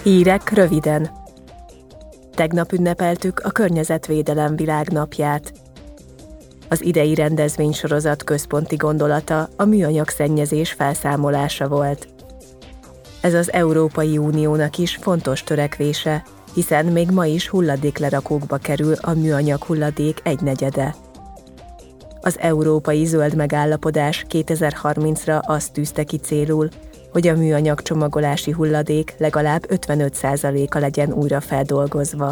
Hírek röviden. Tegnap ünnepeltük a Környezetvédelem Világnapját. Az idei rendezvénysorozat központi gondolata a műanyagszennyezés felszámolása volt. Ez az Európai Uniónak is fontos törekvése, hiszen még ma is hulladéklerakókba kerül a műanyag hulladék 1/4. Az Európai Zöld Megállapodás 2030-ra azt tűzte ki célul, hogy a műanyag csomagolási hulladék legalább 55%-a legyen újrafeldolgozva.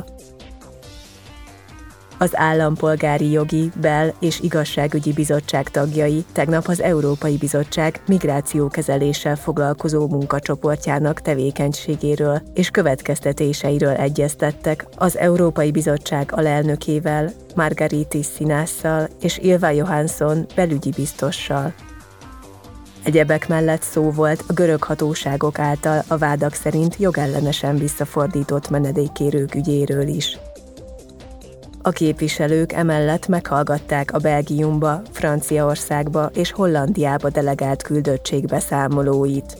Az Állampolgári Jogi, Bel- és Igazságügyi Bizottság tagjai tegnap az Európai Bizottság migrációkezeléssel foglalkozó munkacsoportjának tevékenységéről és következtetéseiről egyeztettek az Európai Bizottság alelnökével, Margaritis Sinasszal és Ylva Johansson belügyi biztossal. Egyebek mellett szó volt a görög hatóságok által a vádak szerint jogellenesen visszafordított menedékkérők ügyéről is. A képviselők emellett meghallgatták a Belgiumba, Franciaországba és Hollandiába delegált küldöttség beszámolóit.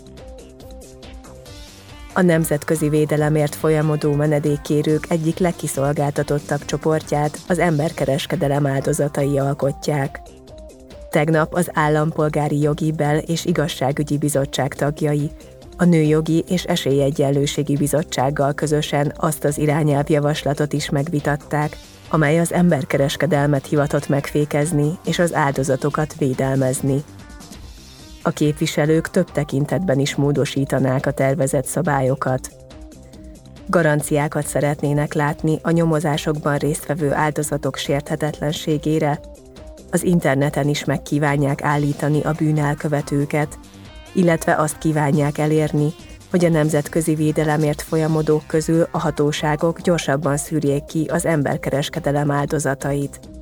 A nemzetközi védelemért folyamodó menedékkérők egyik legkiszolgáltatottabb csoportját az emberkereskedelem áldozatai alkotják. Tegnap az Állampolgári Jogi, Bel- és Igazságügyi Bizottság tagjai a Nőjogi és Esélyegyenlőségi Bizottsággal közösen azt az irányelvjavaslatot is megvitatták, amely az emberkereskedelmet hivatott megfékezni és az áldozatokat védelmezni. A képviselők több tekintetben is módosítanák a tervezett szabályokat. Garanciákat szeretnének látni a nyomozásokban résztvevő áldozatok sérthetetlenségére, az interneten is megkívánják állítani a bűnelkövetőket, illetve azt kívánják elérni, hogy a nemzetközi védelemért folyamodók közül a hatóságok gyorsabban szűrjék ki az emberkereskedelem áldozatait.